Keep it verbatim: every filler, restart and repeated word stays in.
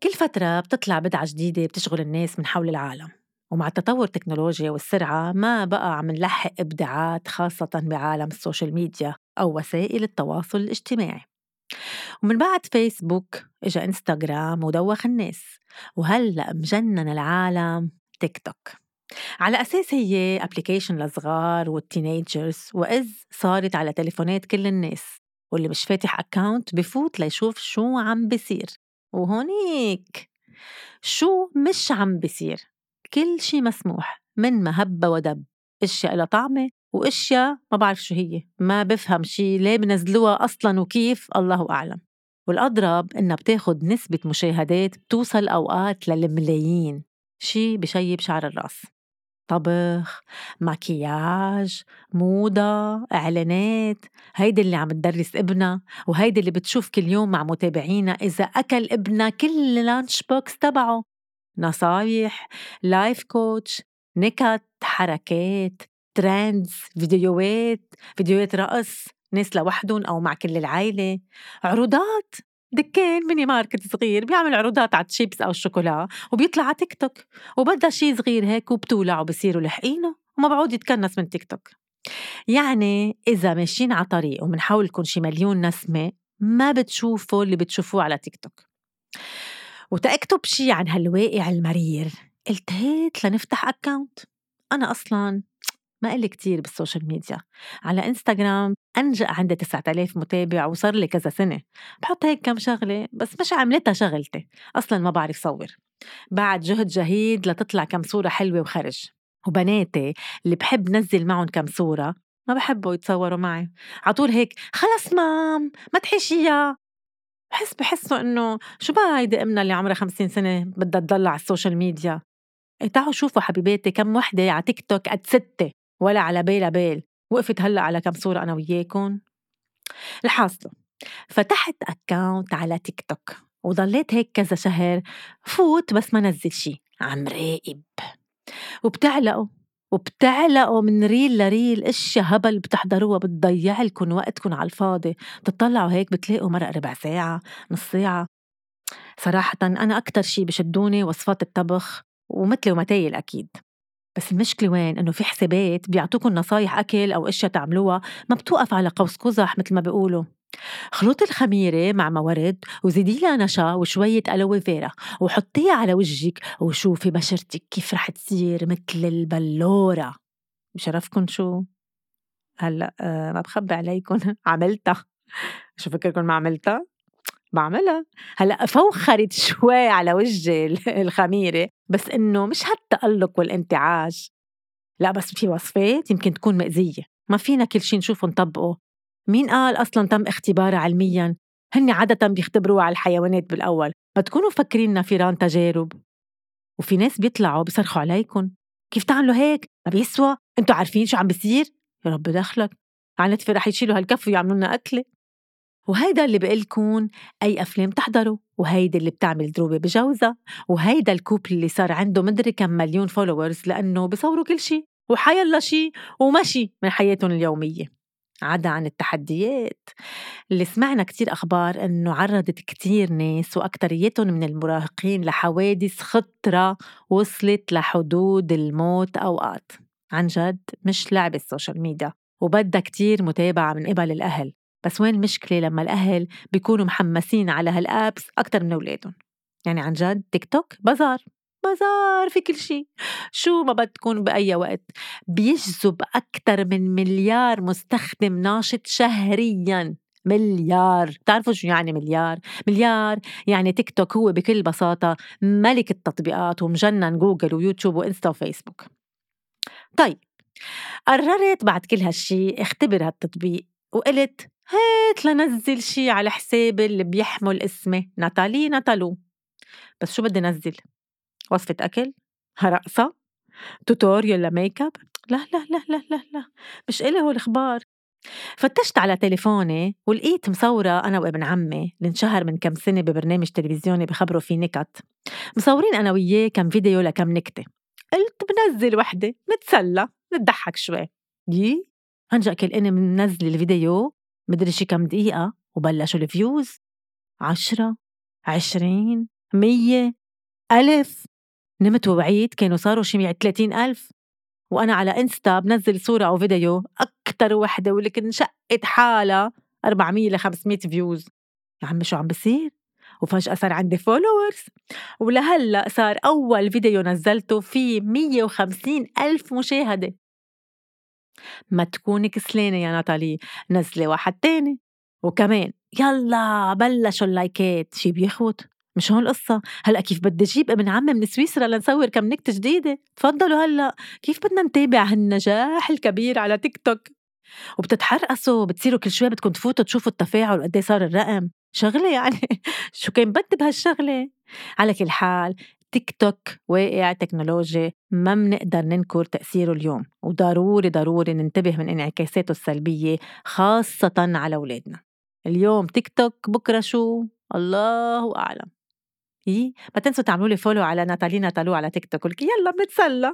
كل فترة بتطلع بدعة جديدة بتشغل الناس من حول العالم، ومع تطور التكنولوجيا والسرعة ما بقى عم نلحق إبداعات خاصة بعالم السوشيال ميديا أو وسائل التواصل الاجتماعي. ومن بعد فيسبوك إجا إنستغرام ودوخ الناس، وهلأ مجنن العالم تيك توك. على أساس هي أبليكيشن للصغار والتينيجرز، وإذ صارت على تليفونات كل الناس، واللي مش فاتح أكاونت بفوت ليشوف شو عم بيصير. وهونيك شو مش عم بيصير، كل شي مسموح من مهبة ودب، اشياء لها طعمة واشياء ما بعرف شو هي، ما بفهم شي ليه بنزلوها أصلاً وكيف الله أعلم. والأضرب إنها بتاخد نسبة مشاهدات بتوصل أوقات للملايين، شي بشيب شعر الرأس. طبخ، مكياج، موضة، إعلانات، هيدي اللي عم تدرس ابنها، وهيدي اللي بتشوف كل يوم مع متابعينا إذا أكل ابنها كل لانش بوكس تبعه. نصايح، لايف كوتش، نكت، حركات، ترندز، فيديوهات فيديوهات رقص، ناس لوحدهم أو مع كل العائلة، عروضات، دكان ميني ماركت صغير بيعمل عروضات على الشيبس أو الشوكولا وبيطلع على تيك توك، وبدأ شي صغير هيك وبتولع وبصيروا لحقينه وما بعود يتكنس من تيك توك. يعني إذا ماشيين على طريق ومنحاول لكم شي مليون نسمة ما بتشوفوا اللي بتشوفوه على تيك توك. وتأكتب شي عن هالواقع المرير قلت هيت لنفتح أكاونت. أنا أصلاً ما إلي كتير بالسوشيال ميديا، على إنستغرام أنجأ عندي تسعة آلاف متابع وصار لي كذا سنة، بحط هيك كم شغلة بس مش عملتها شغلتي، أصلاً ما بعرف صور، بعد جهد جهيد لتطلع كم صورة حلوة وخرج. وبناتي اللي بحب نزل معهم كم صورة ما بحبوا يتصوروا معي، عطول هيك خلص مام ما تحشيها. بحس بحسوا إنه شو بقى هيدي أمنا اللي عمرها خمسين سنة بدها تضل على السوشيال ميديا. إيه تعالوا شوفوا حبيباتي كم وحدة على تيك توك قد ستة ولا على بيلا بيل وقفت هلأ على كم صورة أنا وياكم. الحاصل فتحت أكاونت على تيك توك وضليت هيك كذا شهر فوت بس ما نزل شي، عم راقب. وبتعلقوا وبتعلقوا من ريل لريل اشياء هبل بتحضروها بتضيع لكم وقتكم على الفاضي، بتطلعوا هيك بتلاقوا مرق ربع ساعة نص ساعة. صراحة أنا أكتر شي بشدوني وصفات الطبخ ومثلي ومتايل أكيد، بس المشكلة وين؟ إنه في حسابات بيعطوكم نصايح أكل أو أشياء تعملوها ما بتوقف على قوس قزح مثل ما بيقولوا. خلطي الخميرة مع موارد وزيدي لها نشا وشوية ألوي فيرا وحطيها على وجهك وشوفي بشرتك كيف رح تصير مثل البلورة. بشرفكن شو؟ هلأ أه ما بخبي عليكم عملتها. شو فكركن ما عملتها؟ بعملها. هلأ فوخرت شوي على وجه الخميرة بس إنه مش هالتقلق والانتعاش، لا بس في وصفات يمكن تكون مأذية ما فينا كل شي نشوفه نطبقه. مين قال أصلاً تم اختبارها علمياً؟ هن عادة بيختبروها على الحيوانات بالأول، ما تكونوا فكريننا فيران تجارب. وفي ناس بيطلعوا بيصرخوا عليكم كيف تعملوا هيك؟ ما بيسوى، انتوا عارفين شو عم بيصير؟ يا رب دخلك عنتفي رح يشيلوا هالكف ويعملوا لنا أكلة. وهيدا اللي بقلكن أي أفلام تحضروا، وهيدا اللي بتعمل دروبة بجوزة، وهيدا الكوبل اللي صار عنده مدري كم مليون فولورز لأنه بيصوروا كل شي وحيلا شي ومشي من حياتهم اليومية. عدا عن التحديات اللي سمعنا كتير أخبار إنه عرضت كتير ناس وأكتريتهم من المراهقين لحوادث خطرة وصلت لحدود الموت أوقات. عن جد مش لعبة السوشيال ميديا وبدها كتير متابعة من قبل الأهل، بس وين المشكلة لما الأهل بيكونوا محمسين على هالآبس أكتر من أولادهم؟ يعني عن جد تيك توك بازار، بازار في كل شي، شو ما بدكن بأي وقت. بيجذب أكتر من مليار مستخدم ناشط شهرياً. مليار، تعرفوا شو يعني مليار؟ مليار يعني تيك توك هو بكل بساطة ملك التطبيقات ومجنن جوجل ويوتيوب وإنستا وفيسبوك. طيب قررت بعد كل هالشي اختبر هالتطبيق وقلت هات لنزل شي على حسابي اللي بيحمل اسمي ناتالي ناتالو. بس شو بدي نزل؟ وصفة أكل؟ رقصة؟ توتوريال لميك اب؟ لا لا لا لا لا لا مش إلي هو الأخبار. فتشت على تليفوني ولقيت مصورة أنا وابن عمي اللي انشهر من كم سنة ببرنامج تلفزيوني بخبروا فيه نكت، مصورين أنا وياه كم فيديو لكم نكتة. قلت بنزل وحدة نتسلى نتضحك شوي. يي هنجأ كل إني منزل الفيديو مدري شي كم دقيقة وبلشوا الفيوز عشرة عشرين مية؟ ألف؟ نمت ووعيت كانوا صاروا شي مية وثلاثين ألف. وأنا على إنستا بنزل صورة أو فيديو أكتر وحدة ولك انشقت حالها أربعمية لخمسمية فيوز. يا عمي شو عم بصير؟ وفجأة صار عندي فولورز، ولهلأ صار أول فيديو نزلته فيه مية وخمسين ألف مشاهدة. ما تكوني كسلانة يا ناتالي، نزلي واحد تاني. وكمان يلا بلشوا اللايكات، شي بيخوت. مش هون القصة. هلأ كيف بدي جيب ابن عمي من سويسرا لنصور كم نكتة جديدة؟ تفضلوا هلأ كيف بدنا نتابع هالنجاح الكبير على تيك توك؟ وبتتحرقصوا بتصيروا كل شوي بدكم تفوتوا تشوفوا التفاعل وقد إيه صار الرقم. شغلة يعني شو كان بدي بهالشغلة. على كل حال تيك توك واقع تكنولوجي ما منقدر ننكر تأثيره اليوم، وضروري ضروري ننتبه من انعكاساته السلبية خاصة على أولادنا. اليوم تيك توك بكرة شو الله أعلم. إيه ما تنسوا تعملوا لي فولو على ناتالي ناتالو على تيك توك، يلا بنتسلى.